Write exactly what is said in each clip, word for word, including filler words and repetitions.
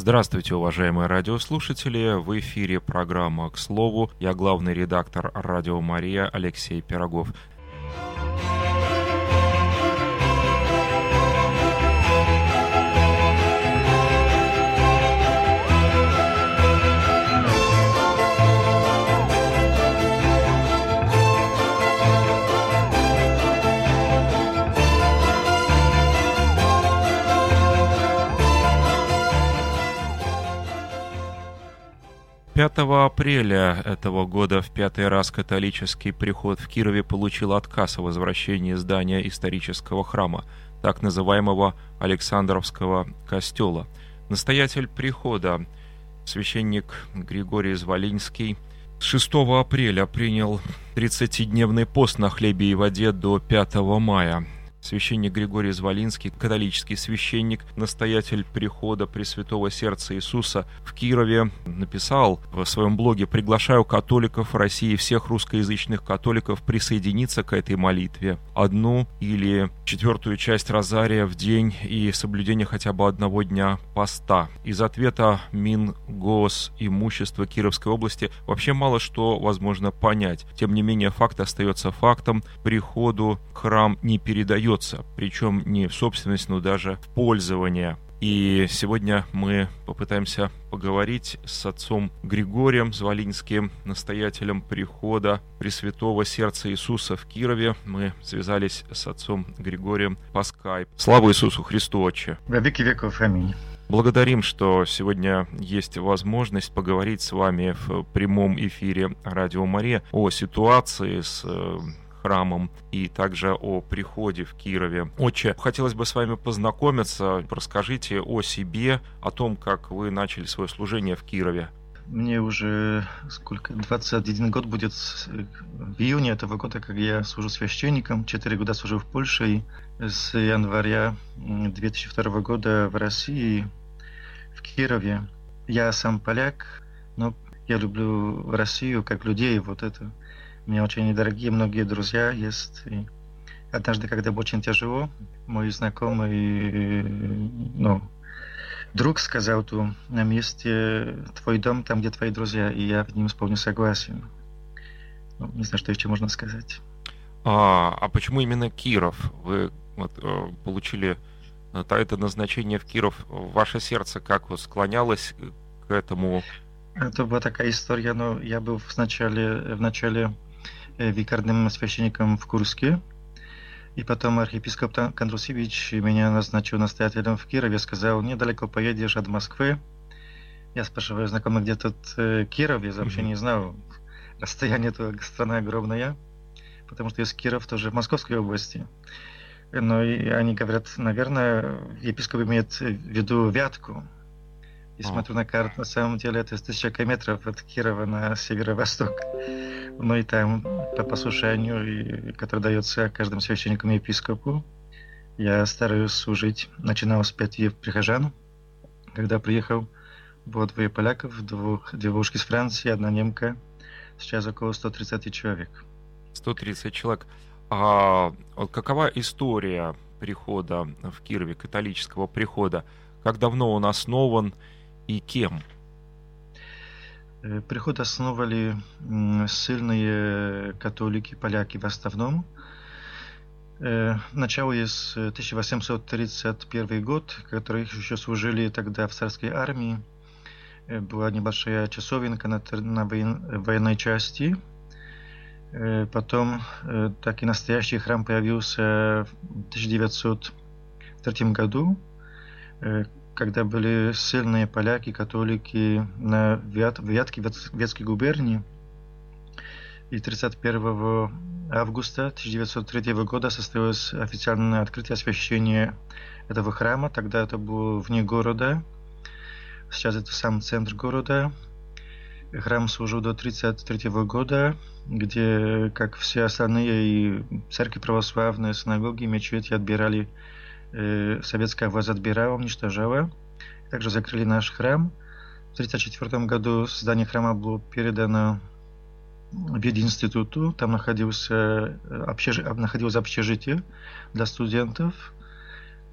Здравствуйте, уважаемые радиослушатели! В эфире программа «К слову». Я главный редактор «Радио Мария» Алексей Пирогов. пятого апреля этого года в пятый раз католический приход в Кирове получил отказ о возвращении здания исторического храма, так называемого Александровского костела. Настоятель прихода, священник Григорий Звалинский, с шестого апреля принял тридцатидневный пост на хлебе и воде до пятого мая. Священник Григорий Звалинский, католический священник, настоятель прихода Пресвятого Сердца Иисуса в Кирове, написал в своем блоге: «Приглашаю католиков России, всех русскоязычных католиков присоединиться к этой молитве. Одну или четвертую часть розария в день и соблюдение хотя бы одного дня поста». Из ответа Мингосимущества Кировской области вообще мало что возможно понять. Тем не менее, факт остается фактом. Приходу храм не передается, причем не в собственность, но даже в пользование. И сегодня мы попытаемся поговорить с отцом Григорием Звалинским, настоятелем прихода Пресвятого Сердца Иисуса в Кирове. Мы связались с отцом Григорием по скайпу. Слава Иисусу Христу, Отче! Во веки веков. Аминь. Благодарим, что сегодня есть возможность поговорить с вами в прямом эфире Радио Мария о ситуации с храмом и также о приходе в Кирове. Отче, хотелось бы с вами познакомиться. Расскажите о себе, о том, как вы начали свое служение в Кирове. Мне уже сколько, двадцать один год будет в июне этого года, как я служу священником. Четыре года служил в Польше, и с января две тысячи второго года в России, в Кирове. Я сам поляк, но я люблю Россию как людей, вот это. У меня очень недорогие многие друзья есть. И однажды, когда было очень тяжело, мой знакомый, ну, друг сказал: "Tu на месте твой дом, там, где твои друзья", и я в нем исполнил согласие. Ну, не знаю, что еще можно сказать. А, а почему именно Киров? Вы вот, получили это назначение в Киров. Ваше сердце как вот склонялось к этому? Это была такая история, но я был в начале, в начале викарным священником в Курске, и потом архиепископ Кондрусевич меня назначил настоятелем в Кирове, сказал: "Недалеко поедешь от Москвы". Я спрашиваю знакомых, где тут Киров, я вообще не знал, расстояние, это страна огромная, потому что есть Киров тоже в Московской области. Но и они говорят: наверное, епископ имеет в виду Вятку. И смотрю на карту, на самом деле это тысяча километров от Кирова на северо-восток. Ну и там, по послушанию, которое дается каждому священнику и епископу, я стараюсь служить. Начинал с пяти прихожан. Когда приехал, было двое поляков, двух, две девушки из Франции, одна немка. Сейчас около ста тридцати человек. сто тридцать человек. А какова история прихода в Кирове, католического прихода? Как давно он основан и кем? Приход основали сильные католики, поляки в основном. Начало есть тысяча восемьсот тридцать первый год, которые еще служили тогда в царской армии. Была небольшая часовенка на, на военной части. Потом так и настоящий храм появился в тысяча девятьсот третьем году, когда были сильные поляки, католики на Вят, Вятке, Ветской губернии. И тридцать первого августа тысяча девятьсот третьего года состоялось официальное открытие освящения этого храма. Тогда это было вне города. Сейчас это сам центр города. Храм служил до тридцать третьего года, где, как все остальные и церкви православные, синагоги, мечети отбирали, э, советская власть отбирала, уничтожала. Также закрыли наш храм. В тридцать четвёртом году здание храма было передано в Пединституту. Там находился общежи... находилось общежитие для студентов.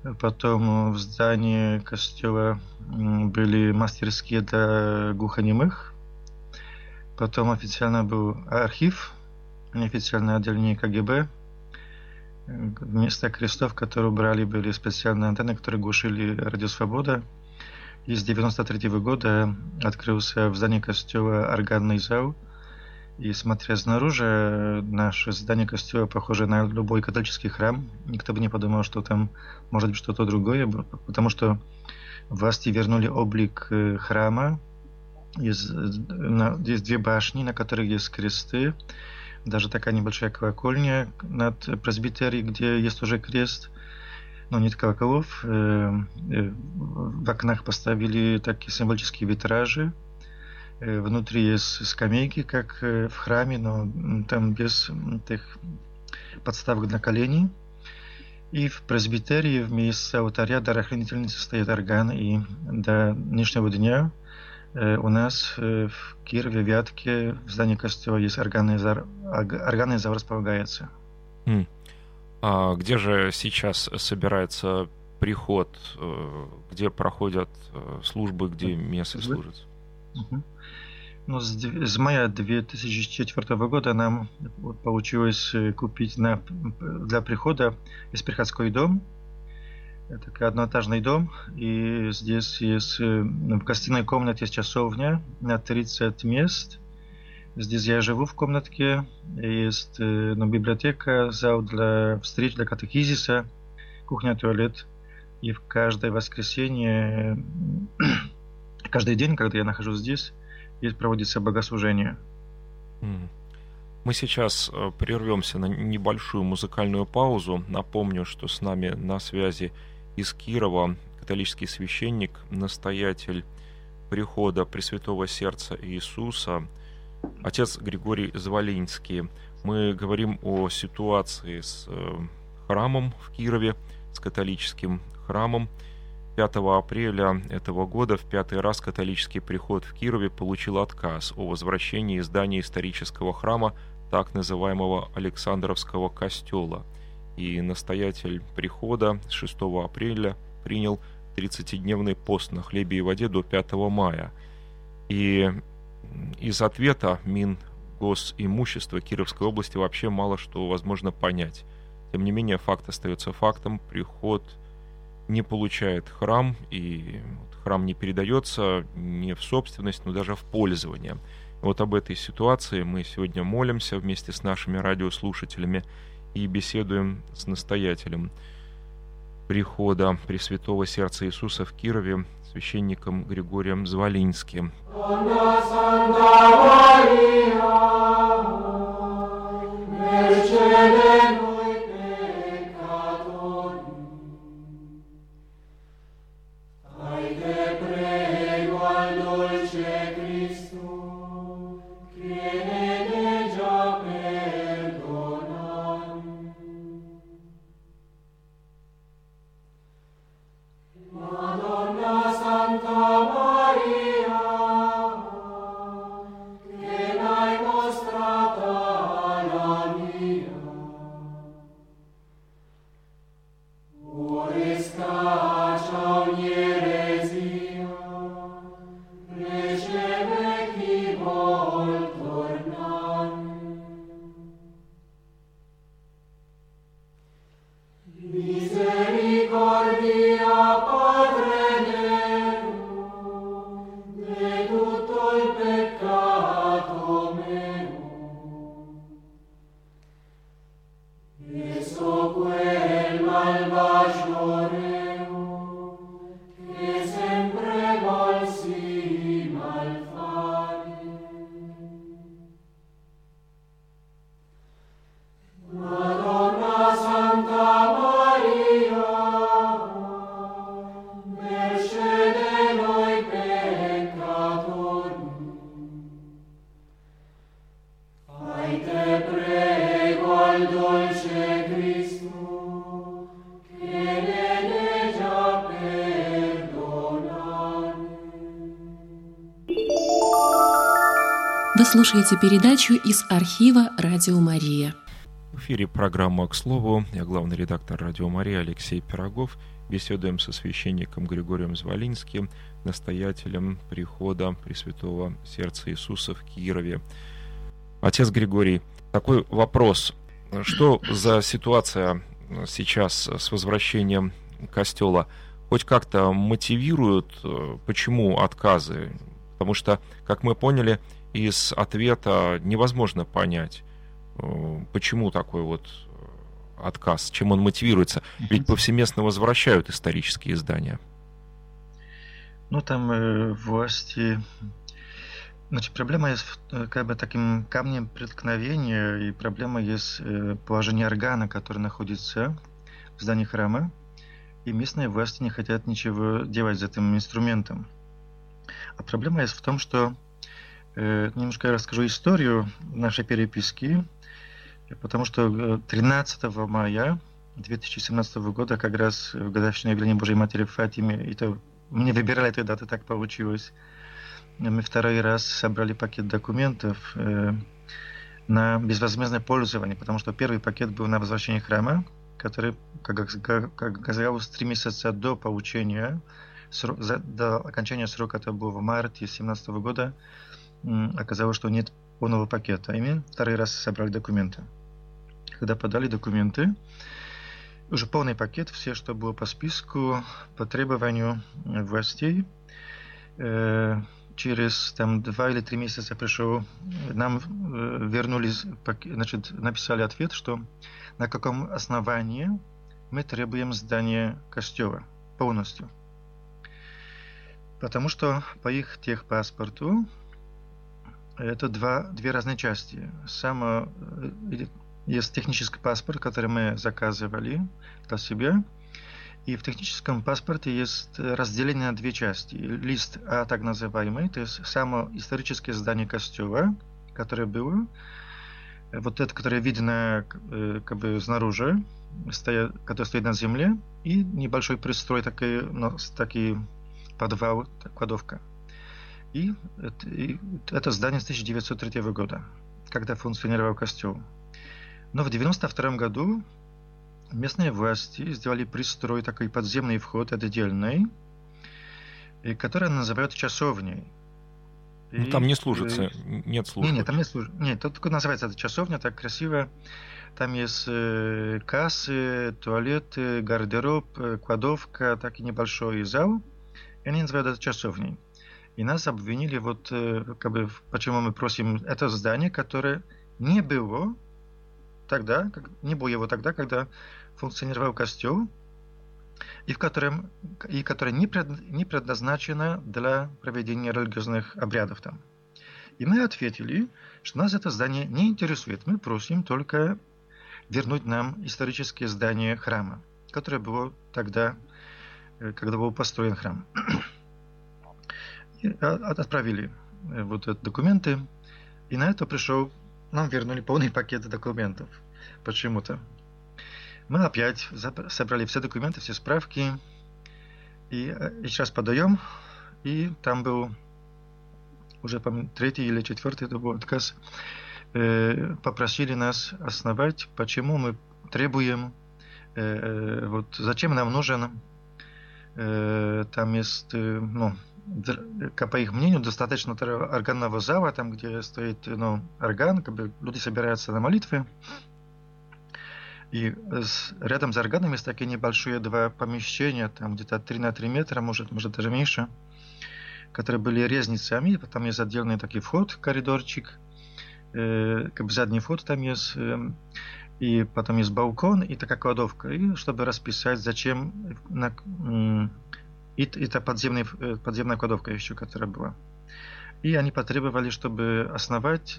Потом в здании костела были мастерские для глухонемых. Потом официально был архив, неофициальное отделение КГБ. Вместо крестов, которые брали, были специальные антенны, которые глушили радио «Свобода». И с девяносто третьего года открылся в здании костела органный зал. И смотря снаружи, наше здание костела похоже на любой католический храм. Никто бы не подумал, что там может быть что-то другое, потому что власти вернули облик храма. Есть, есть две башни, на которых есть кресты. Даже такая небольшая колокольня над presbyteriей, где есть уже крест. Но нет колоколов. В окнах поставили такие символические витражи. Внутри есть скамейки, как в храме, но там без тех подставок на колени. И в presbyтерии вместо алтаря дарохранительницы стоит орган. И до нынешнего дня у нас в Кирове, Вятке, в здании костела есть органный зал, органный зал располагается. Mm. А где же сейчас собирается приход? Где проходят службы, где мессы служатся? Uh-huh. Ну, с, с мая две тысячи четвёртого года нам получилось купить на, для прихода есть приходской дом. Это одноэтажный дом, и здесь есть в гостиной комнате есть часовня на тридцать мест. Здесь я живу в комнатке, есть ну, библиотека, зал для встреч, для катехизиса, кухня, туалет. И в каждое воскресенье, каждый день, когда я нахожусь здесь, здесь проводится богослужение. Мы сейчас прервемся на небольшую музыкальную паузу. Напомню, что с нами на связи из Кирова католический священник, настоятель прихода Пресвятого Сердца Иисуса, отец Григорий Звалинский. Мы говорим о ситуации с храмом в Кирове, с католическим храмом. пятого апреля этого года в пятый раз католический приход в Кирове получил отказ о возвращении здания исторического храма, так называемого Александровского костела. И настоятель прихода с шестого апреля принял тридцатидневный пост на хлебе и воде до пятого мая. И из ответа Мингосимущества Кировской области вообще мало что возможно понять. Тем не менее, факт остается фактом. Приход не получает храм, и храм не передается не в собственность, но даже в пользование. Вот об этой ситуации мы сегодня молимся вместе с нашими радиослушателями и беседуем с настоятелем прихода Пресвятого Сердца Иисуса в Кирове, священником Григорием Звалинским. Вы слушаете передачу из архива «Радио Мария». В эфире программа «К слову». Я главный редактор «Радио Мария» Алексей Пирогов. беседуем со священником Григорием Звалинским, настоятелем прихода Пресвятого Сердца Иисуса в Кирове. Отец Григорий, такой вопрос. Что за ситуация сейчас с возвращением костела? Хоть как-то мотивируют, почему отказы? Потому что, как мы поняли, из ответа невозможно понять, почему такой вот отказ, чем он мотивируется. Ведь повсеместно возвращают исторические издания. Ну, там э, власти... Значит, проблема есть как бы таким камнем преткновения, и проблема есть э, положение органа, который находится в здании храма, и местные власти не хотят ничего делать с этим инструментом. А проблема есть в том, что э, немножко я расскажу историю нашей переписки, потому что тринадцатого мая две тысячи семнадцатого года, как раз в годовщину явления Божьей Матери в Фатиме, это, мне выбирали эту дату, так получилось, мы второй раз собрали пакет документов э, на безвозмездное пользование, потому что первый пакет был на возвращение храма, который, как, как, как оказалось, три месяца до получения, срок, за, до окончания срока, это было в марте две тысячи семнадцатого года, э, оказалось, что нет полного пакета. И мы второй раз собрали документы. Когда подали документы, уже полный пакет, все, что было по списку, по требованию властей, э, через там два или три месяца пришел, нам э, вернулись, значит, написали ответ, что на каком основании мы требуем здания костела полностью. Потому что по их техпаспорту это два, две разные части. Само, есть технический паспорт, который мы заказывали для себя. И в техническом паспорте есть разделение на две части. Лист А, так называемый, то есть само историческое здание костела, которое было. Вот это, которое видно как бы снаружи, стоя, которое стоит на земле. И небольшой пристрой, такой, ну, такой подвал, кладовка. И это, и это здание с тысяча девятьсот третьего года, когда функционировал костел. Но в девяносто втором году местные власти сделали пристрой, такой подземный вход отдельный, который называют часовней. Ну, там не служится, и... нет службы. Нет, нет, там не служит. Нет, тут только называется это часовня, так красиво. Там есть э, кассы, туалеты, гардероб, кладовка, так и небольшой зал. И они называют это часовней. И нас обвинили, вот, как бы, почему мы просим это здание, которое не было тогда, как, не было его тогда, когда функционировал костел, и, в котором, и которое не, пред, не предназначено для проведения религиозных обрядов там. И мы ответили, что нас это здание не интересует. Мы просим только вернуть нам историческое здание храма, которое было тогда, когда был построен храм. Отправили вот эти документы, и на это пришел, нам вернули полный пакет документов почему-то. Мы опять собрали все документы, все справки, и еще раз подаем, и там был уже, по-моему, третий или четвертый это был отказ. Попросили нас основать, почему мы требуем, вот зачем нам нужен, там есть, ну, по их мнению, достаточно органного зала, там, где стоит, ну, орган, как бы люди собираются на молитвы. И с, рядом с органом есть такие небольшие два помещения, там где-то три на три метра, может, может даже меньше, которые были резницами. Там есть отдельный такой вход, коридорчик, э, как бы задний вход там есть, э, и потом есть балкон и такая кладовка. И чтобы расписать, зачем... На, э, И это подземный, подземная кладовка еще, которая была. И они потребовали, чтобы основать,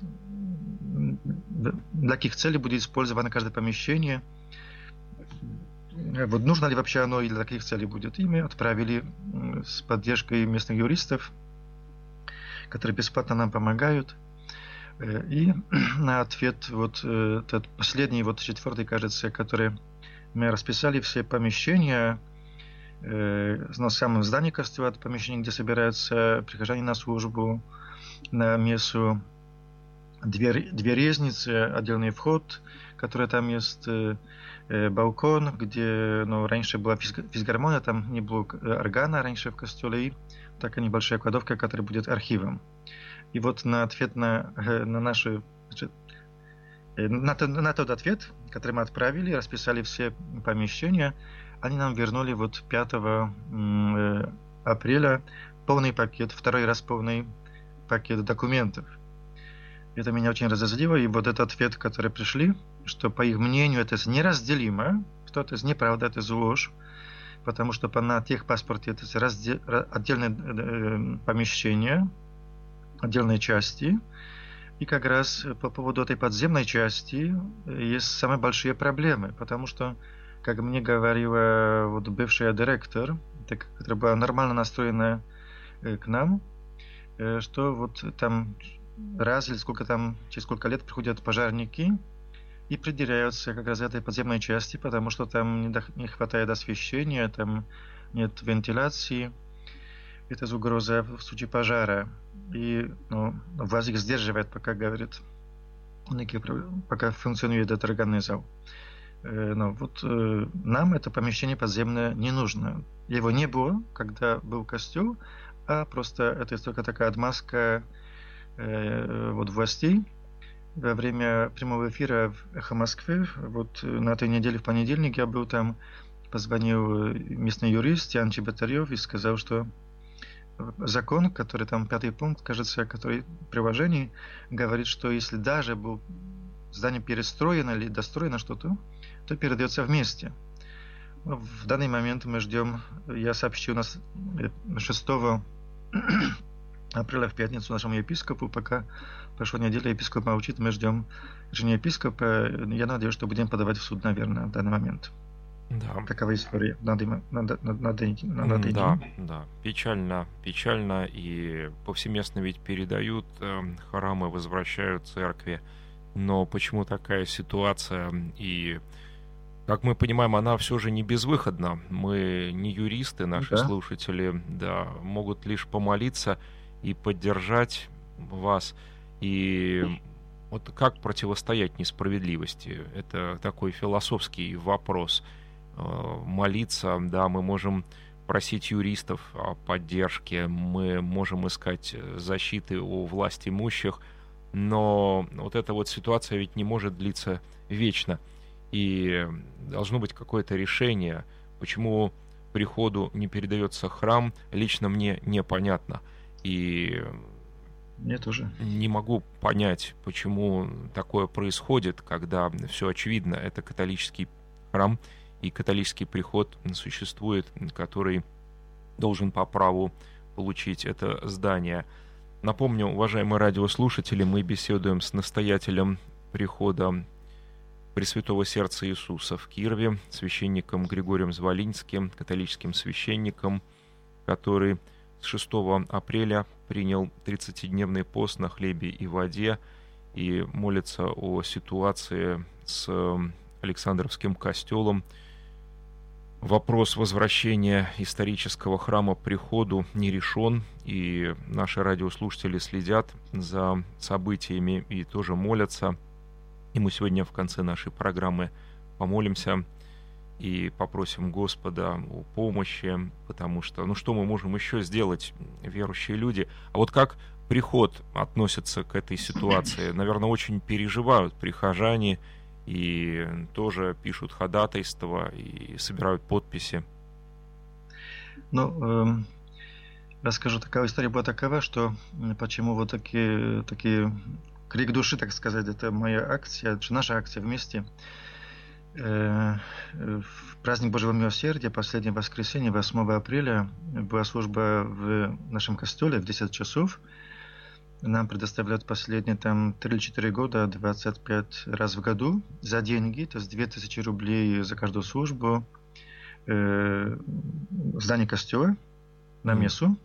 для каких целей будет использовано каждое помещение, вот нужно ли вообще оно и для каких целей будет. И мы отправили с поддержкой местных юристов, которые бесплатно нам помогают. И на ответ, вот этот последний, вот четвертый, кажется, который мы расписали все помещения, на самом здании костела, это помещение, где собираются прихожане на службу, на мессу, две, две резницы, отдельный вход, который там есть, балкон, где, ну, раньше была физгармония, там не было органа раньше в костеле, и такая небольшая кладовка, которая будет архивом. И вот на ответ на, на нашу... На, на тот ответ, который мы отправили, расписали все помещения, они нам вернули вот пятого апреля полный пакет, второй раз полный пакет документов. Это меня очень разозлило, и вот этот ответ, который пришли, что по их мнению это неразделимо, что это неправда, это ложь, потому что на техпаспорте это раздел, отдельное помещение, отдельные части. И как раз по поводу этой подземной части есть самые большие проблемы, потому что, как мне говорила вот бывшая директор, которая была нормально настроена к нам, что вот там раз или сколько там, через сколько лет приходят пожарники и придираются как раз этой подземной части, потому что там не, до, не хватает освещения, там нет вентиляции. Это угроза в случае пожара. И, ну, власть их сдерживает, пока говорит, пока функционирует этот органный зал. Но вот нам это помещение подземное не нужно. Его не было, когда был костел, а просто это только такая отмазка вот властей. Во время прямого эфира в «Эхо Москвы», вот на этой неделе в понедельник я был там, позвонил местный юрист Ян Чеботарев и сказал, что закон, который там пятый пункт, кажется, который в приложении, говорит, что если даже был здание перестроено или достроено что-то, то передается вместе. В данный момент мы ждем, я сообщу у нас шестого апреля в пятницу нашему епископу, пока прошла неделя, епископ молчит, мы ждем решения епископа. Я надеюсь, что будем подавать в суд, наверное, в данный момент. Да. Такова история. Надо, надо, надо, надо да, да, печально, печально, и повсеместно ведь передают э, храмы, возвращают церкви, но почему такая ситуация? И, как мы понимаем, она все же не безвыходна. Мы не юристы, наши да. слушатели, да, могут лишь помолиться и поддержать вас. И вот как противостоять несправедливости? Это такой философский вопрос. Молиться, да, мы можем просить юристов о поддержке, мы можем искать защиты у власть имущих, но вот эта вот ситуация ведь не может длиться вечно. И должно быть какое-то решение, почему приходу не передается храм, лично мне непонятно. И мне тоже. Не могу понять, почему такое происходит, когда все очевидно, это католический храм, и католический приход существует, который должен по праву получить это здание. Напомню, уважаемые радиослушатели, мы беседуем с настоятелем прихода Пресвятого Сердца Иисуса в Кирове, священником Григорием Звалинским, католическим священником, который с шестого апреля принял тридцатидневный пост на хлебе и воде и молится о ситуации с Александровским костелом. Вопрос возвращения исторического храма приходу не решен, и наши радиослушатели следят за событиями и тоже молятся. И мы сегодня в конце нашей программы помолимся и попросим Господа о помощи, потому что, ну что мы можем еще сделать, верующие люди? А вот как приход относится к этой ситуации? Наверное, очень переживают прихожане, и тоже пишут ходатайства и собирают подписи. Ну, э, расскажу, такая история была такова, что почему вот такие, такие крик души, так сказать, это моя акция, это наша акция вместе. Э, в праздник Божьего Милосердия, последнее воскресенье, восьмого апреля, была служба в нашем костеле в десять часов. Нам предоставляют последние там три или четыре года, двадцать пять раз в году за деньги, то есть две тысячи рублей за каждую службу, э, в здании костела на мессу.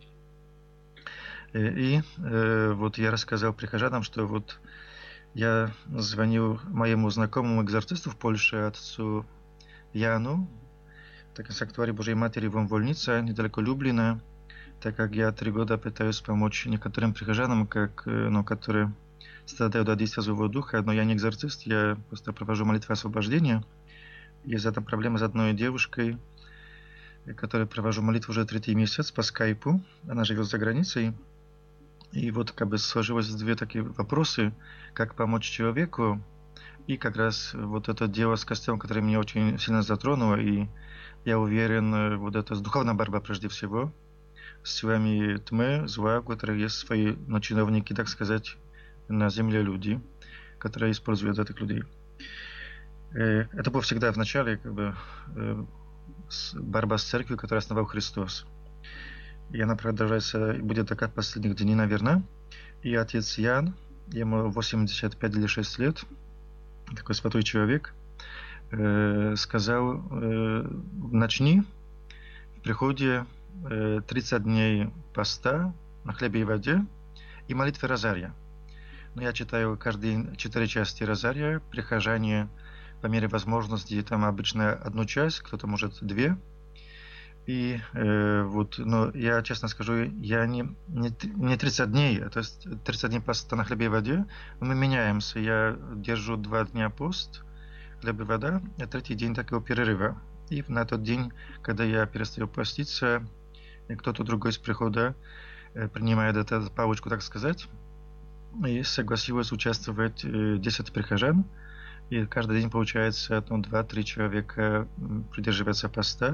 И э, вот я рассказал прихожанам, что вот я звонил моему знакомому экзорцисту в Польше, отцу Яну, так санктуарий Божьей Матери в Вольнице, недалеко Люблина, так как я три года пытаюсь помочь некоторым прихожанам, как, ну, которые страдают от действия злого духа, но я не экзорцист, я просто провожу молитву освобождения. Есть эта проблема с одной девушкой, которой провожу молитву уже третий месяц по скайпу. Она живет за границей. И вот как бы сложилось две такие вопросы, как помочь человеку, и как раз вот это дело с костелом, которое меня очень сильно затронуло, и я уверен, вот это духовная борьба прежде всего с силами тьмы, зла, у которых есть свои ну, чиновники, так сказать, на земле люди, которые используют этих людей. Это было всегда в начале как бы, борьба с церковью, которую основал Христос. И она продолжается и будет такая в последних дней, наверное. И отец Ян, ему восемьдесят пять или шесть лет, такой святой человек, э, сказал, э, начни в приходе э, тридцать дней поста на хлебе и воде и молитвы Розария. Но я читаю каждый день четыре части Розария, прихожане по мере возможности, там обычно одну часть, кто-то может две. И э, вот, но я честно скажу, я не, не, не тридцать дней, то есть тридцать дней поста на хлебе и воде, мы меняемся. Я держу два дня пост, хлеб и вода, а третий день такого перерыва. И на тот день, когда я перестаю поститься, кто-то другой из прихода э, принимает эту палочку, так сказать, и согласилась участвовать э, десять прихожан. И каждый день получается ну, два-три человека придерживается поста.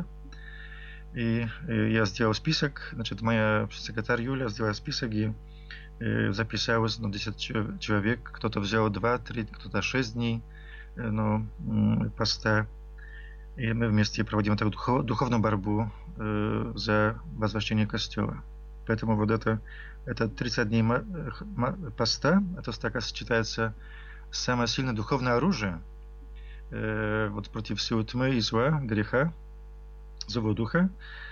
И я сделал список, значит, моя секретарь Юля сделала список, и записалось ну, десять человек, кто-то взял два-три, кто-то шесть дней ну, поста. И мы вместе проводим эту духовную борьбу за возвращение Костела. Поэтому вот это, это тридцать дней поста, это так считается самое сильное духовное оружие вот против всего тьмы и зла, греха, злого духа.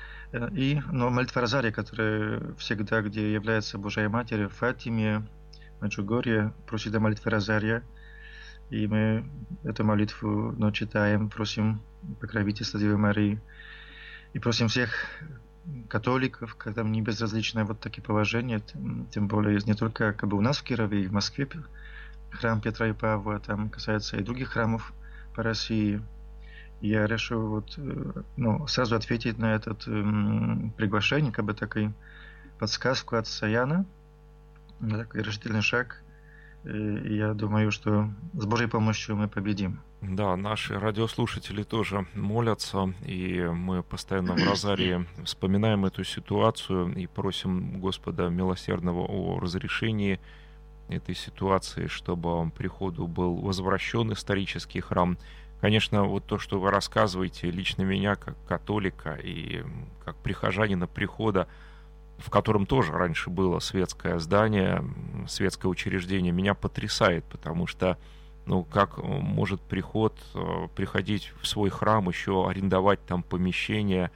И, но молитва Розария, которая всегда, где является Божья Матерь, в Фатиме, в Меджугорье, просит о молитве Розария. И мы эту молитву ну, читаем, просим покровительства Девы Марии. И просим всех католиков, когда им не безразличное вот такие положения, тем более не только как бы у нас в Кирове и в Москве, храм Петра и Павла, там касается и других храмов по России. Я решил вот, ну, сразу ответить на это м, приглашение, как бы такой подсказку от Саяна, такой решительный шаг. И я думаю, что с Божьей помощью мы победим. Да, наши радиослушатели тоже молятся, и мы постоянно в Розарии вспоминаем эту ситуацию и просим Господа милосердного о разрешении этой ситуации, чтобы приходу был возвращен исторический храм. Конечно, вот то, что вы рассказываете, лично меня, как католика и как прихожанина прихода, в котором тоже раньше было светское здание, светское учреждение, меня потрясает, потому что, ну, как может приход приходить в свой храм, еще арендовать там помещение,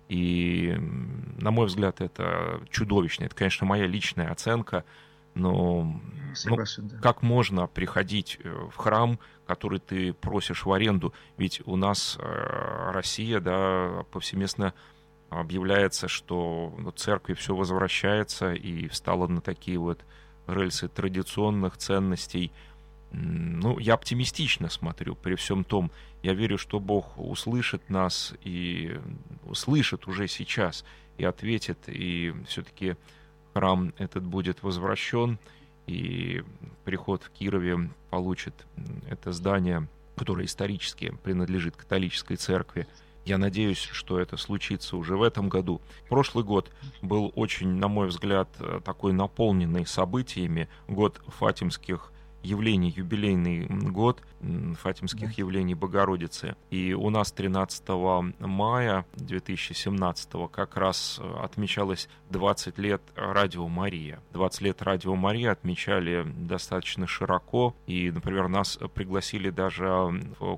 и, на мой взгляд, это чудовищно. Это, конечно, моя личная оценка, но Согласен, ну, да. Как можно приходить в храм, который ты просишь в аренду? Ведь у нас Россия, да, повсеместно объявляется, что в церкви все возвращается и встала на такие вот рельсы традиционных ценностей. Ну, я оптимистично смотрю при всем том. Я верю, что Бог услышит нас и услышит уже сейчас и ответит, и все-таки храм этот будет возвращен, и приход в Кирове получит это здание, которое исторически принадлежит католической церкви. Я надеюсь, что это случится уже в этом году. Прошлый год был очень, на мой взгляд, такой наполненный событиями. Год фатимских явлений, юбилейный год фатимских явлений Богородицы. И у нас тринадцатого мая две тысячи семнадцатого как раз отмечалось двадцать лет Радио Мария. двадцать лет Радио Мария отмечали достаточно широко. И, например, нас пригласили даже в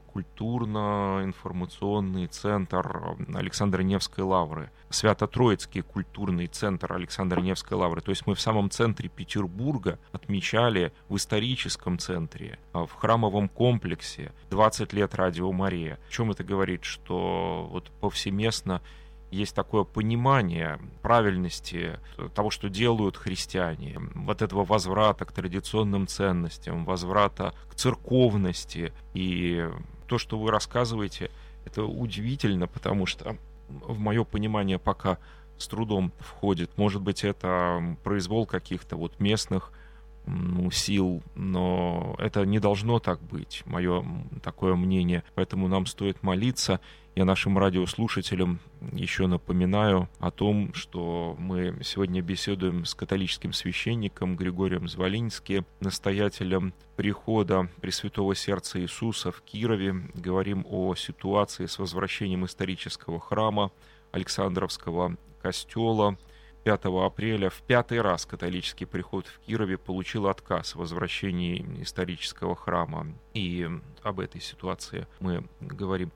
культурно-информационный центр Александра Невской лавры. Свято-Троицкий культурный центр Александра Невской лавры. То есть мы в самом центре Петербурга отмечали в историческом центре, в храмовом комплексе двадцать лет Радио Мария. О чем это говорит? Что вот повсеместно есть такое понимание правильности того, что делают христиане, вот этого возврата к традиционным ценностям, возврата к церковности. И то, что вы рассказываете, это удивительно, потому что в мое понимание пока с трудом входит. Может быть, это произвол каких-то вот местных ну, сил, но это не должно так быть, мое такое мнение. Поэтому нам стоит молиться. Я нашим радиослушателям еще напоминаю о том, что мы сегодня беседуем с католическим священником Григорием Звалинским, настоятелем прихода Пресвятого Сердца Иисуса в Кирове. Говорим о ситуации с возвращением исторического храма Александровского костела. пятого апреля в пятый раз католический приход в Кирове получил отказ в возвращении исторического храма. И об этой ситуации мы говорим.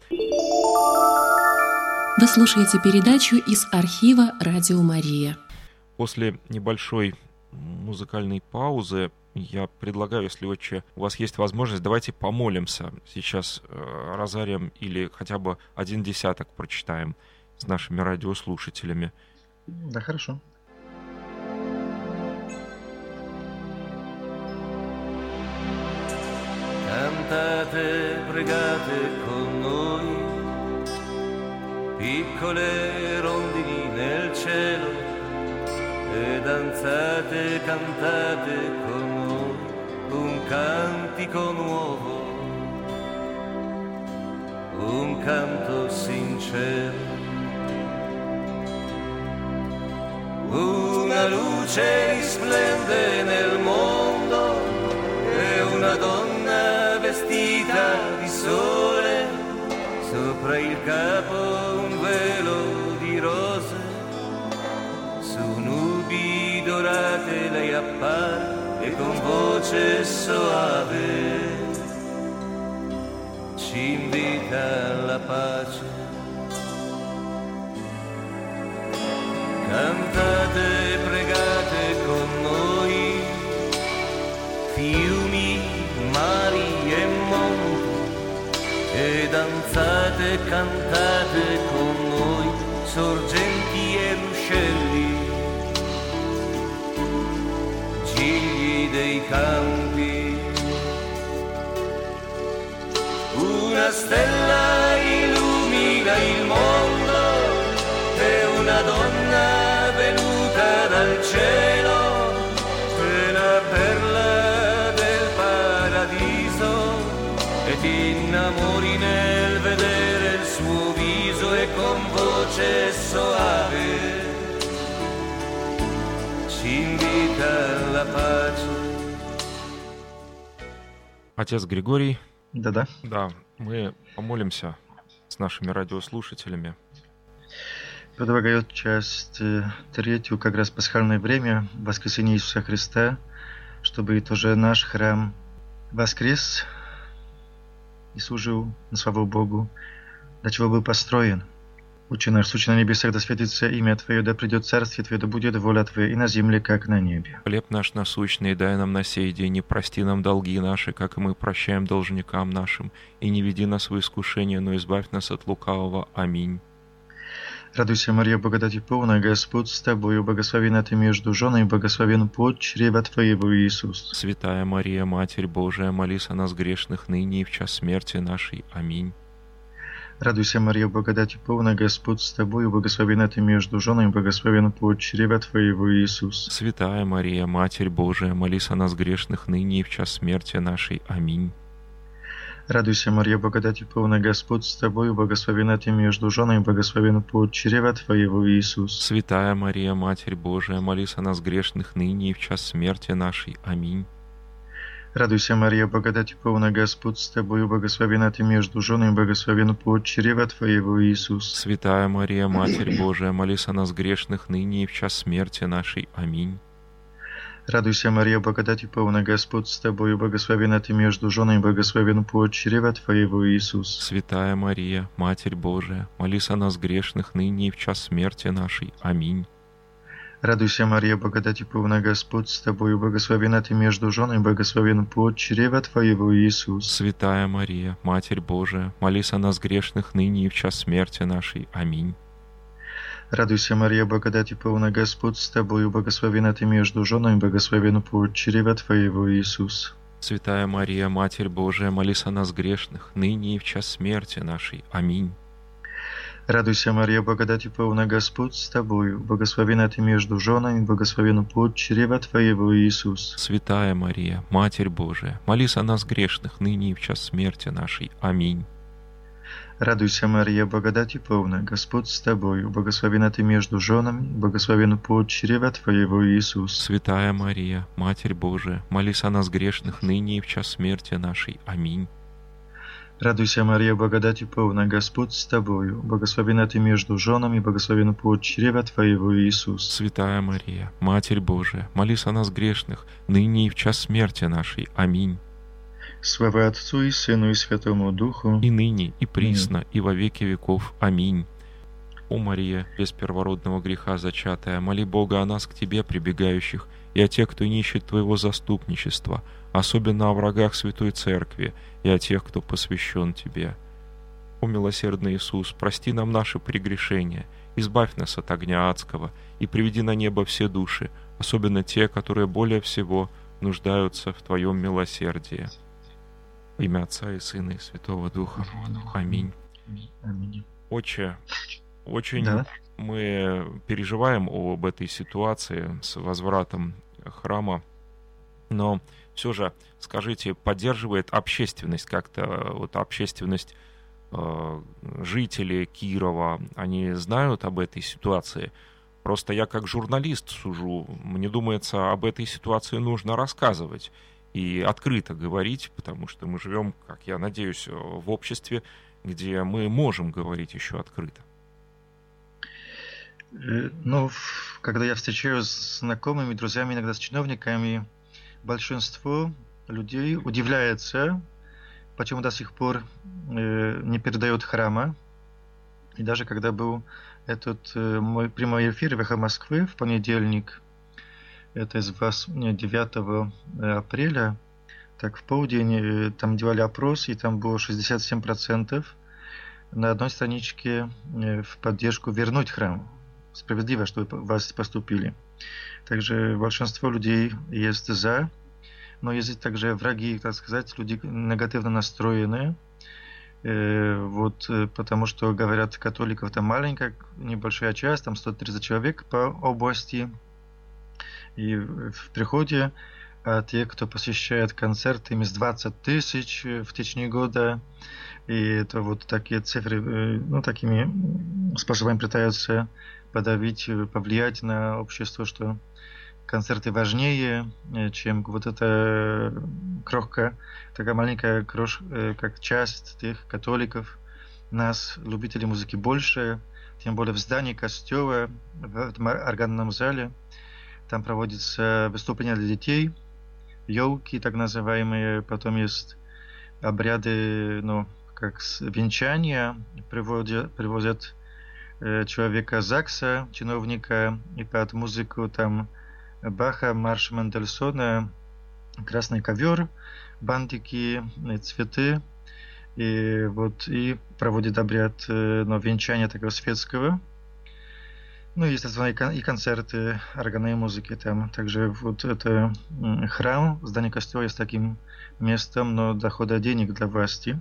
Вы слушаете передачу из архива «Радио Мария». После небольшой музыкальной паузы я предлагаю, если, отче, у вас есть возможность, давайте помолимся сейчас э, розарием или хотя бы один десяток прочитаем с нашими радиослушателями. Да, хорошо. Cantate, pregate con noi, piccole rondini nel cielo, e danzate, cantate con noi un cantico nuovo, un canto sincero. Una luce risplende nel mondo e una donna vestita di sole, sopra il capo un velo di rose, su nubi dorate lei appare e con voce soave ci invita alla pace. Cantate, pregate con noi, fiumi, mari e monti, e danzate, cantate con noi, sorgenti e ruscelli, gigli dei campi. Una stella illumina il mondo e una donna venuta dal cielo, è la perla del paradiso, e ti innamori nel vedere il suo viso e con voce soave ci invita alla pace. Отец Григорий. Да-да. Да, мы помолимся с нашими радиослушателями. Предлагаю часть третью, как раз пасхальное время, воскресения Иисуса Христа, чтобы тоже наш храм воскрес и служил на славу Богу, для чего был построен. Отче наш, сущий на небесах, да святится имя Твое, да придет царствие Твое, да будет воля Твоя и на земле, как на небе. Хлеб наш насущный дай нам на сей день, и прости нам долги наши, как и мы прощаем должникам нашим, и не веди нас в искушение, но избавь нас от лукавого. Аминь. Радуйся, Мария, благодати полная, Господь с тобою, благословенна ты между женами, благословен плод чрева Твоего, Иисус. Святая Мария, Матерь Божия, молись о нас грешных ныне и в час смерти нашей. Аминь. Радуйся, Мария, благодати полная, Господь с тобою, благословенна ты между женами, благословен плод чрева Твоего, Иисус. Святая Мария, Матерь Божия, молись о нас грешных ныне и в час смерти нашей. Аминь. Радуйся, Мария, благодати полная, Господь с тобою, благословенна ты между женами, благословен плод чрева Твоего, Иисус. Святая Мария, Матерь Божия, молись о нас грешных ныне и в час смерти нашей. Аминь. Радуйся, Мария, благодати полная, Господь с тобою, благословенна ты между женами, благословен плод чрева Твоего, Иисус. Святая Мария, Матерь Божия, молись о нас грешных ныне и в час смерти нашей. Аминь. Радуйся, Мария, благодати полная, Господь с тобою, благословенна ты между женами, благословен плод чрева Твоего, Иисус. Святая Мария, Матерь Божия, молись о нас грешных ныне и в час смерти нашей. Аминь. Радуйся, Мария, благодати полная, Господь с тобою, благословенна ты между женами, благословен плод чрева Твоего, Иисус. Святая Мария, Матерь Божия, молись о нас грешных ныне и в час смерти нашей. Аминь. Радуйся, Мария, благодати полна, Господь с тобою, благословена ты между женами, благословен плод чрева твоего, Иисус. Святая Мария, Матерь Божия, молись о нас грешных, ныне и в час смерти нашей. Аминь. Радуйся, Мария, благодати полна, Господь с тобою, благословена ты между женами, благословен плод чрева твоего, Иисус. Святая Мария, Матерь Божия, молись о нас грешных, ныне и в час смерти нашей. Аминь. Радуйся, Мария, благодати полна, Господь с тобою, благословена ты между женами, благословен плод чрева твоего, Иисус. Святая Мария, Матерь Божия, молись о нас грешных, ныне и в час смерти нашей. Аминь. Радуйся, Мария, благодати полна, Господь с тобою, благословена ты между женами, благословен плод чрева твоего, Иисус. Святая Мария, Матерь Божия, молись о нас грешных, ныне и в час смерти нашей. Аминь. Слава Отцу и Сыну и Святому Духу, и ныне, и присно, и во веки веков. Аминь. О Мария, без первородного греха зачатая, моли Бога о нас к Тебе прибегающих, и о тех, кто не ищет Твоего заступничества, особенно о врагах Святой Церкви, и о тех, кто посвящен Тебе. О милосердный Иисус, прости нам наши прегрешения, избавь нас от огня адского, и приведи на небо все души, особенно те, которые более всего нуждаются в Твоем милосердии. Во имя Отца и Сына и Святого Духа. Аминь. Аминь. Отче, очень Да. мы переживаем об этой ситуации с возвратом храма, но все же, скажите, поддерживает общественность как-то, вот общественность э, жителей Кирова, они знают об этой ситуации? Просто я как журналист сужу, мне думается, об этой ситуации нужно рассказывать и открыто говорить, потому что мы живем, как я надеюсь, в обществе, где мы можем говорить еще открыто. Ну, когда я встречаюсь с знакомыми, друзьями, иногда с чиновниками, большинство людей удивляется, почему до сих пор не передают храма. И даже когда был этот мой прямой эфир в «Эхо Москвы» в понедельник, это из девятого апреля, так в полдень там делали опрос, и там было шестьдесят семь процентов на одной страничке в поддержку вернуть храм. Справедливо, что власти поступили. Также большинство людей есть за, но есть также враги, так сказать, люди негативно настроенные, вот, потому что, говорят, католиков там маленькая, небольшая часть, там сто тридцать человек по области, и в приходе, а те, кто посещает концерты, им двадцать тысяч в течение года. И это вот такие цифры, ну, такими способами пытаются подавить, повлиять на общество, что концерты важнее, чем вот эта крохка, такая маленькая крош, как часть тех католиков. Нас, любителей музыки, больше, тем более в здании костела, в этом органном зале. Там проводятся выступления для детей, елки так называемые, потом есть обряды, ну, как венчания, приводят, привозят э, человека ЗАГСа, чиновника, и под музыку там Баха, марш Мендельсона, красный ковер, бантики, цветы, и вот и проводят обряд э, ну, венчания такого светского. Ну, естественно, и концерты органной музыки там. Также вот это храм, здание костела есть таким местом, но дохода денег для власти.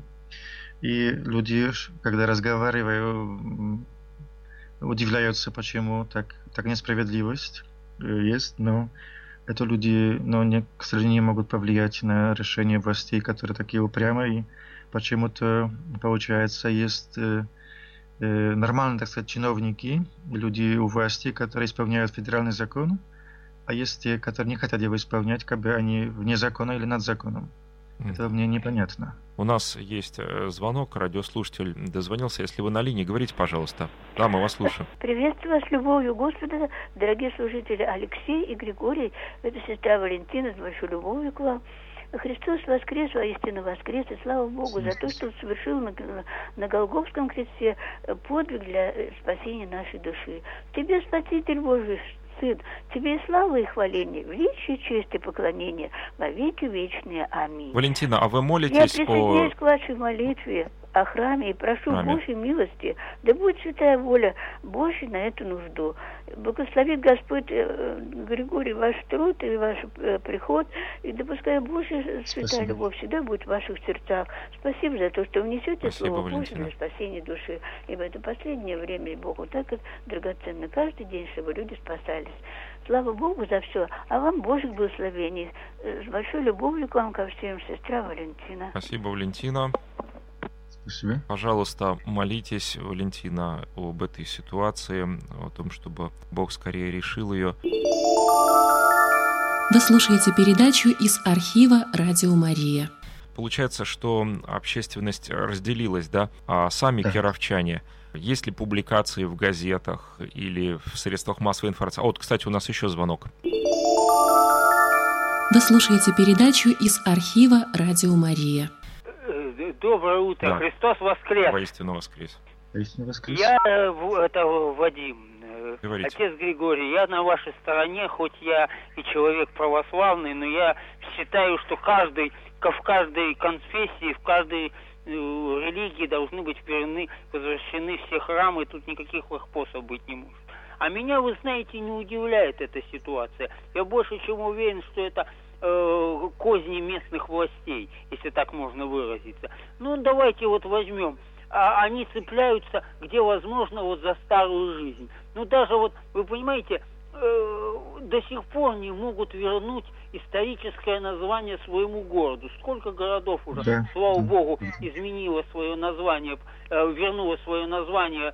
И люди, когда разговариваю, удивляются, почему так, так несправедливость есть, но это люди, но не, к сожалению, не могут повлиять на решения властей, которые такие упрямые. И почему-то, получается, есть нормальные, так сказать, чиновники, люди у власти, которые исполняют федеральный закон, а есть те, которые не хотят его исполнять, как бы они вне закона или над законом. Mm. Это мне непонятно. У нас есть звонок, радиослушатель дозвонился. Если вы на линии, говорите, пожалуйста. Да, мы вас слушаем. Приветствую вас любовью Господа, дорогие служители Алексей и Григорий. Это сестра Валентина с большой любовью к вам. Христос воскрес, воистину воскрес, и слава Богу за то, что совершил на, на Голгофском кресте подвиг для спасения нашей души. Тебе, Спаситель Божий, Сын, тебе и слава и хваление, величие, честь и поклонение во веки вечные. Аминь. Валентина, а вы молитесь Я присоединяюсь о... к вашей молитве о храме и прошу Аминь. Божьей милости, да будет святая воля Божья на эту нужду. Благословит Господь э, Григорий ваш труд и ваш э, приход, и да пускай Божья святая Спасибо. любовь всегда будет в ваших сердцах. Спасибо за то, что внесете Спасибо, Слово Валентина. Божье для спасения души. И в это последнее время Богу так как драгоценно каждый день, чтобы люди спасались. Слава Богу за все. А вам Божьих благословений. С большой любовью к вам ко всем, сестра Валентина. Спасибо, Валентина. Спасибо. Пожалуйста, молитесь, Валентина, об этой ситуации, о том, чтобы Бог скорее решил ее. Вы слушаете передачу из архива «Радио Мария». Получается, что общественность разделилась, да? А сами Да. кировчане, есть ли публикации в газетах или в средствах массовой информации? А вот, кстати, у нас еще звонок. Вы слушаете передачу из архива «Радио Мария». Доброе утро, Да. Христос воскрес. Воистину воскрес. Воистину воскрес. Я, э, в- это Вадим, э, Говорите. отец Григорий, я на вашей стороне, хоть я и человек православный, но я считаю, что каждый, в каждой конфессии, в каждой э, религии должны быть вперены, возвращены все храмы, тут никаких вопросов быть не может. А меня, вы знаете, не удивляет эта ситуация. Я больше чем уверен, что это э, козни местных властей, если так можно выразиться. Ну, давайте вот возьмем. А, они цепляются, где возможно, вот за старую жизнь. Ну, даже вот, вы понимаете, э, до сих пор не могут вернуть историческое название своему городу. Сколько городов уже, Да. слава Да. богу, изменило свое название, э, вернуло свое название,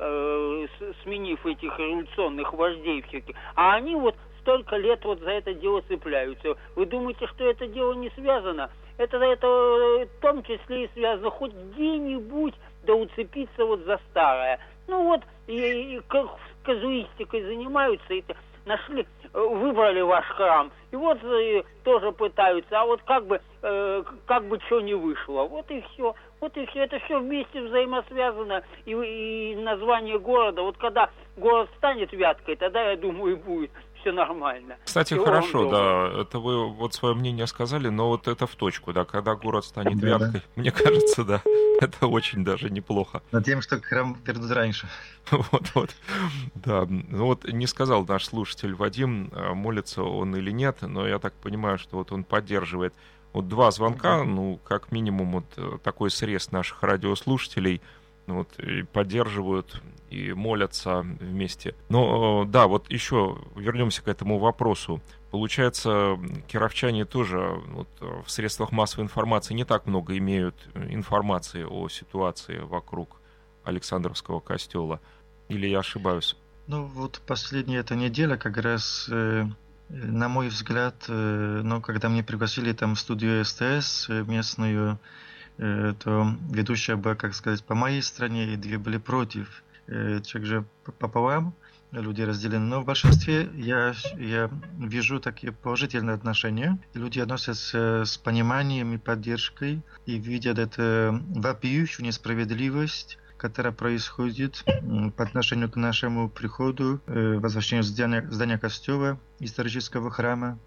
э, с- сменив этих революционных вождей всяких. А они вот столько лет вот за это дело цепляются. Вы думаете, что это дело не связано? Это, это э, в том числе и связано хоть где-нибудь да уцепиться вот за старое. Ну вот, и, и ка- казуистикой занимаются, и т- нашли, э, выбрали ваш храм, и вот э, тоже пытаются, а вот как бы, э, как бы что не вышло. Вот и все. Вот и все. Это все вместе взаимосвязано. И, и название города. Вот когда город станет Вяткой, тогда, я думаю, и будет все нормально. Кстати, Всего хорошо, вам доброго. да, это вы вот свое мнение сказали, но вот это в точку, да, когда город станет Да, Вяткой, мне кажется, да, это очень даже неплохо. Над тем, что храм вернут раньше. Вот, вот, да. Ну вот не сказал наш слушатель Вадим, молится он или нет, но я так понимаю, что вот он поддерживает. Вот два звонка, ну, как минимум, вот такой срез наших радиослушателей, ну, вот, и поддерживают и молятся вместе. Но, да, вот еще вернемся к этому вопросу. Получается, кировчане тоже вот, в средствах массовой информации не так много имеют информации о ситуации вокруг Александровского костела. Или я ошибаюсь? Ну вот последняя эта неделя как раз, э, на мой взгляд, э, ну когда мне пригласили там в студию СТС э, местную, э, то ведущая была, как сказать, по моей стороне, и две были против. Э, также пополам люди разделены. Но в большинстве я, я вижу такие положительные отношения. И люди относятся с пониманием и поддержкой, и видят это вопиющую несправедливость, которая происходит по отношению к нашему приходу, возвращению здания, здания костела, исторического храма.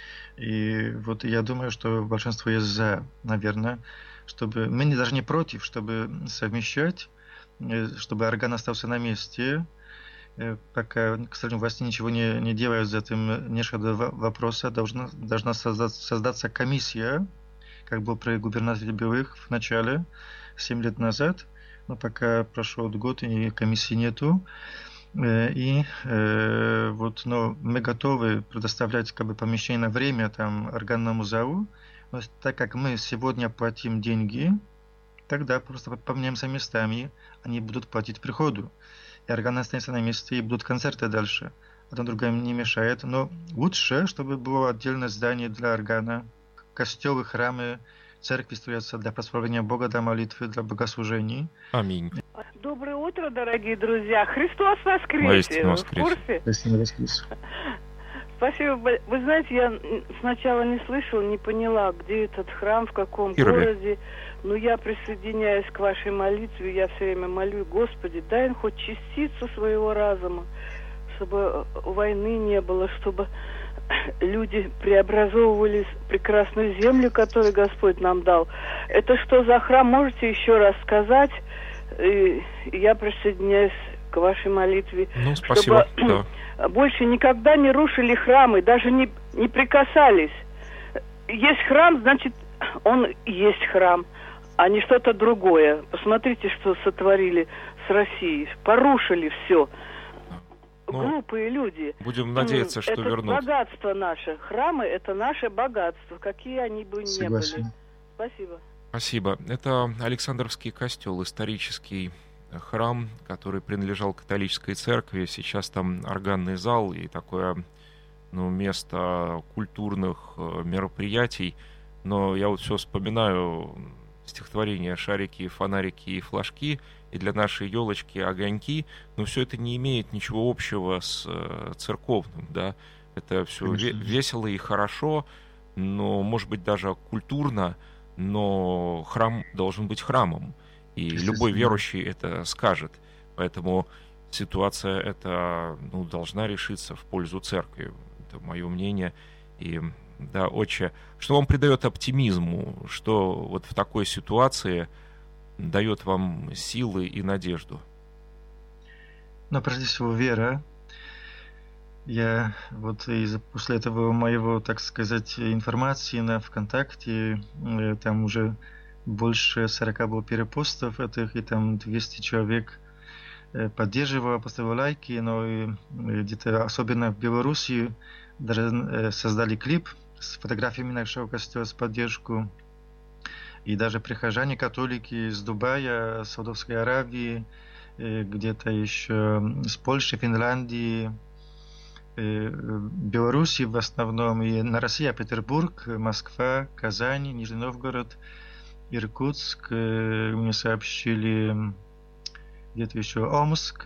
И вот я думаю, что большинство есть за, наверное, чтобы мы не, даже не против, чтобы совмещать, чтобы орган остался на месте, пока, к сожалению, власти ничего не, не делают с этим, нет вопроса, должна, должна создаться, создаться комиссия, как был при губернаторе Белых в начале, семь лет назад, но пока прошел год и комиссии нету. И э, вот, но мы готовы предоставлять как бы помещение на время там органному залу, но так как мы сегодня платим деньги, тогда просто поменяемся местами, они будут платить приходу. И орган останется на месте, и будут концерты дальше. Одно другое не мешает, но лучше, чтобы было отдельное здание для органа, костелы, храмы, церкви строятся для прославления Бога, для молитвы, для богослужений. Аминь. Доброе утро, дорогие друзья. Христос воскрес! Воистину Вы воскрес. в курсе? Спасибо, воскрес. Спасибо. Вы знаете, я сначала не слышала, не поняла, где этот храм, в каком Кирове. городе. Но я присоединяюсь к вашей молитве. Я все время молю: Господи, дай им хоть частицу своего разума, чтобы войны не было, чтобы люди преобразовывали прекрасную землю, которую Господь нам дал. Это что за храм? Можете еще раз сказать? И я присоединяюсь к вашей молитве. Ну, спасибо. Чтобы да. больше никогда не рушили храмы, даже не, не прикасались. Есть храм, значит, он есть храм, а не что-то другое. Посмотрите, что сотворили с Россией. Порушили все. Ну, глупые люди. Будем надеяться, что это вернут. Это богатство наше. Храмы – это наше богатство, какие они бы ни были. Спасибо. Спасибо. Это Александровский костел, исторический храм, который принадлежал католической церкви. Сейчас там органный зал и такое, ну, место культурных мероприятий. Но я вот все вспоминаю стихотворение «Шарики, фонарики и флажки», и для нашей елочки огоньки, но все это не имеет ничего общего с э, церковным, да, это все ве- весело и хорошо, но, может быть, даже культурно, но храм должен быть храмом, и любой верующий это скажет, поэтому ситуация эта, ну, должна решиться в пользу церкви, это мое мнение, и, да, отче, что вам придает оптимизму, что вот в такой ситуации дает вам силы и надежду? Но прежде всего вера. Я вот из после этого моего, так сказать, информации на ВКонтакте, там уже больше сорока было перепостов этих, и там двести человек поддерживало, поставило лайки, но где-то особенно в Беларуси даже создали клип с фотографиями нашего костела с поддержку. И даже прихожане, католики из Дубая, Саудовской Аравии, где-то еще с Польши, Финляндии, Беларуси в основном, и на России, Петербург, Москва, Казань, Нижний Новгород, Иркутск, мне сообщили, где-то еще Омск,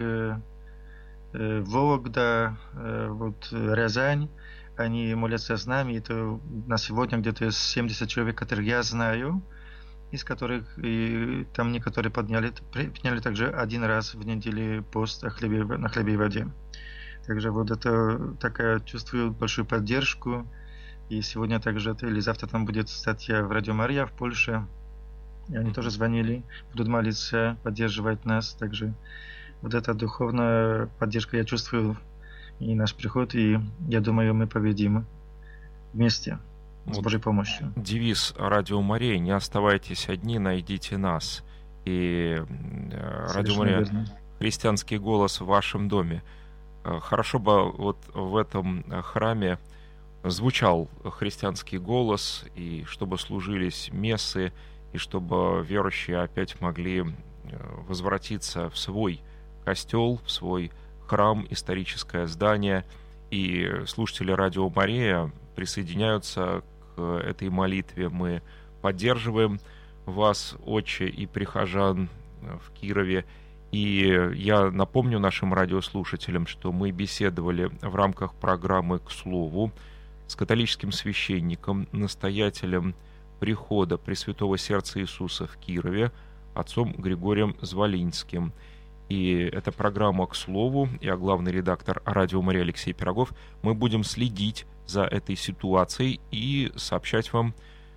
Вологда, вот Рязань. Они молятся с нами, это на сегодня где-то семьдесят человек, которых я знаю, из которых и там некоторые подняли, подняли также один раз в неделю пост о хлебе, на хлебе и воде. Также вот это такая, чувствую большую поддержку. И сегодня также, или завтра там будет статья в Радио Мария в Польше. И они тоже звонили, будут молиться, поддерживать нас. Также вот эта духовная поддержка я чувствую и наш приход, и я думаю, мы победим вместе. С Божьей помощью. Девиз Радио Мария: не оставайтесь одни, найдите нас. И Совершенно Радио Мария верно. Христианский голос в вашем доме. Хорошо бы вот в этом храме звучал христианский голос, и чтобы служились мессы, и чтобы верующие опять могли возвратиться в свой костел, в свой храм, историческое здание. И слушатели Радио Мария присоединяются к этой молитве. Мы поддерживаем вас, отче, и прихожан в Кирове. И я напомню нашим радиослушателям, что мы беседовали в рамках программы «К слову» с католическим священником, настоятелем прихода Пресвятого Сердца Иисуса в Кирове, отцом Григорием Звалинским. И эта программа «К слову», я главный редактор Радио Мария Алексей Пирогов. Мы будем следить за этой ситуацией и сообщать вам,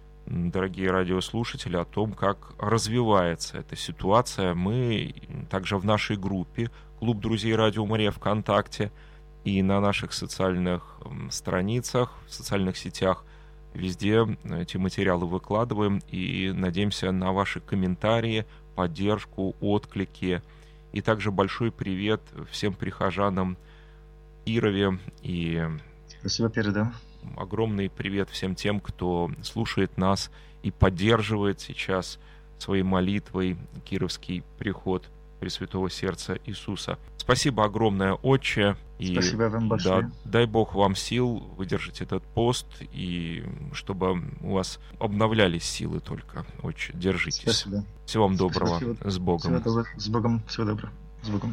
дорогие радиослушатели, о том, как развивается эта ситуация. Мы также в нашей группе «Клуб друзей Радио Мария» ВКонтакте и на наших социальных страницах, в социальных сетях, везде эти материалы выкладываем и надеемся на ваши комментарии, поддержку, отклики. И также большой привет всем прихожанам в Кирове. И спасибо, передам. Огромный привет всем тем, кто слушает нас и поддерживает сейчас своей молитвой Кировский приход Пресвятого Сердца Иисуса. Спасибо огромное, отче. И, спасибо вам большое. Да, дай Бог вам сил выдержать этот пост, и чтобы у вас обновлялись силы только, отче. Держитесь. Спасибо. Всего вам доброго. Спасибо. С Богом. Всего доброго. С Богом. Всего доброго. С Богом.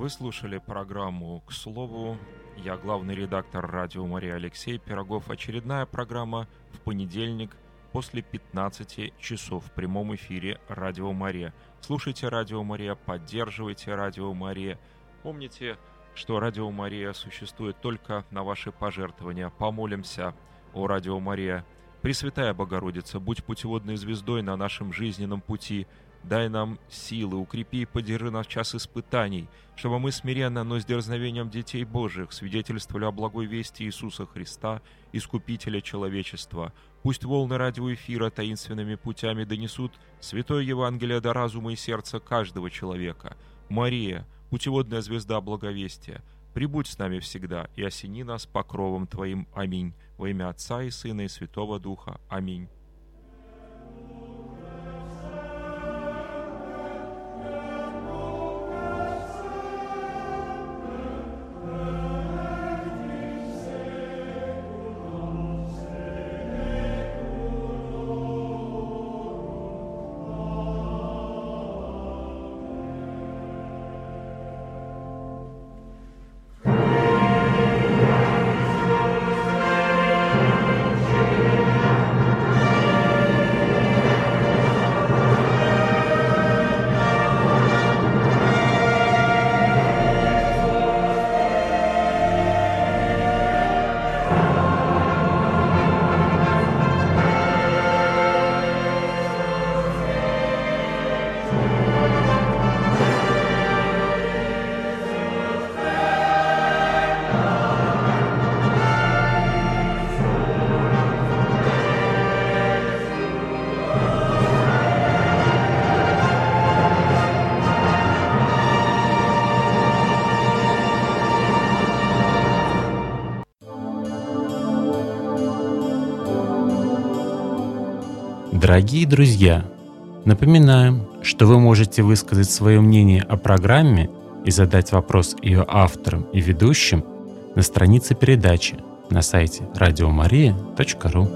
Вы слушали программу «К слову». Я главный редактор «Радио Мария» Алексей Пирогов. Очередная программа в понедельник после пятнадцати часов в прямом эфире «Радио Мария». Слушайте «Радио Мария», поддерживайте «Радио Мария». Помните, что «Радио Мария» существует только на ваши пожертвования. Помолимся о «Радио Мария». Пресвятая Богородица, будь путеводной звездой на нашем жизненном пути. Дай нам силы, укрепи и поддержи нас в час испытаний, чтобы мы смиренно, но с дерзновением детей Божьих свидетельствовали о благой вести Иисуса Христа, Искупителя человечества. Пусть волны радиоэфира таинственными путями донесут Святое Евангелие до разума и сердца каждого человека. Мария, путеводная звезда благовестия, прибудь с нами всегда и осени нас покровом Твоим. Аминь. Во имя Отца и Сына и Святого Духа. Аминь. Дорогие друзья, напоминаем, что вы можете высказать свое мнение о программе и задать вопрос ее авторам и ведущим на странице передачи на сайте радио мария точка ру.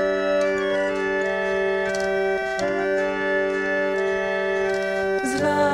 Zwa